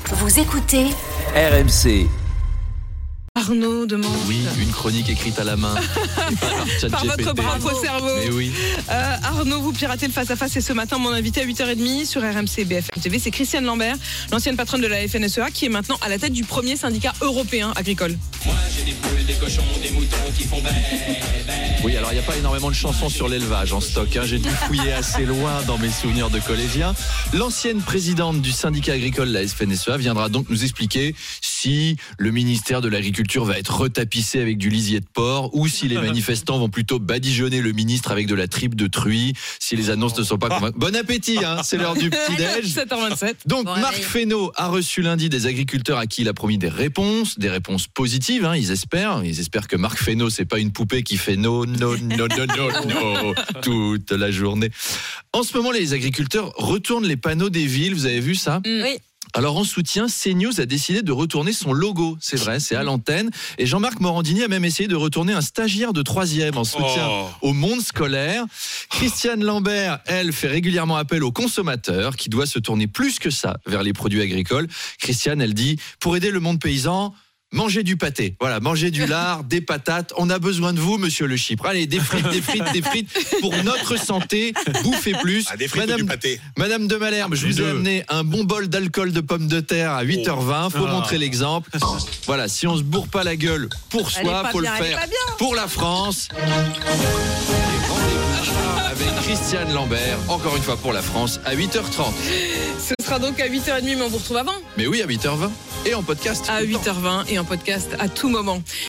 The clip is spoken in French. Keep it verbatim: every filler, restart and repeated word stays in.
Vous écoutez R M C. Arnaud demande. Oui, une chronique écrite à la main. par par votre propre cerveau. Mais oui. Euh, Arnaud, vous piratez le face-à-face et ce matin, mon invité à huit heures trente sur R M C B F M T V, c'est Christiane Lambert, l'ancienne patronne de la F N S E A, qui est maintenant à la tête du premier syndicat européen agricole. Moi j'ai des poules, des cochons, des moutons qui font bé, bé. Oui, alors il n'y a pas énormément de chansons sur l'élevage en stock. Hein. J'ai dû fouiller assez loin dans mes souvenirs de collégien. L'ancienne présidente du syndicat agricole, la F N S E A, viendra donc nous expliquer si le ministère de l'Agriculture va être retapissé avec du lisier de porc ou si les manifestants vont plutôt badigeonner le ministre avec de la tripe de truie, si les annonces ne sont pas convaincantes. Bon appétit, hein, c'est l'heure du petit-déj. sept heures vingt-sept. Donc Bon, Marc allez. Fesneau a reçu lundi des agriculteurs à qui il a promis des réponses, des réponses positives, hein, ils espèrent. Ils espèrent que Marc Fesneau, c'est pas une poupée qui fait non, non, non, non, non, non, toute la journée. En ce moment, les agriculteurs retournent les panneaux des villes, vous avez vu ça ? Oui. Alors en soutien, CNews a décidé de retourner son logo, c'est vrai, c'est à l'antenne. Et Jean-Marc Morandini a même essayé de retourner un stagiaire de troisième en soutien Oh. au monde scolaire. Christiane Lambert, elle, fait régulièrement appel aux consommateurs qui doit se tourner plus que ça vers les produits agricoles. Christiane, elle dit, pour aider le monde paysan, mangez du pâté, voilà, mangez du lard, des patates. On a besoin de vous, monsieur le Chypre. Allez, des frites, des frites, des frites pour notre santé. Bouffez plus. Ah, des frites ou Madame, du pâté. Madame de Malherbe, je Les vous ai deux. amené un bon bol d'alcool de pommes de terre à huit heures vingt. Faut Ah. montrer l'exemple. Voilà, si on se bourre pas la gueule pour Elle est soi, pas faut bien, le elle est faire pas bien. pour la France. Et rendez-vous avec Christiane Lambert, encore une fois pour la France, à huit heures trente. Ce sera donc à huit heures trente, mais on vous retrouve avant. Mais oui, à huit heures vingt. Et en podcast. À huit heures vingt et en podcast à tout moment.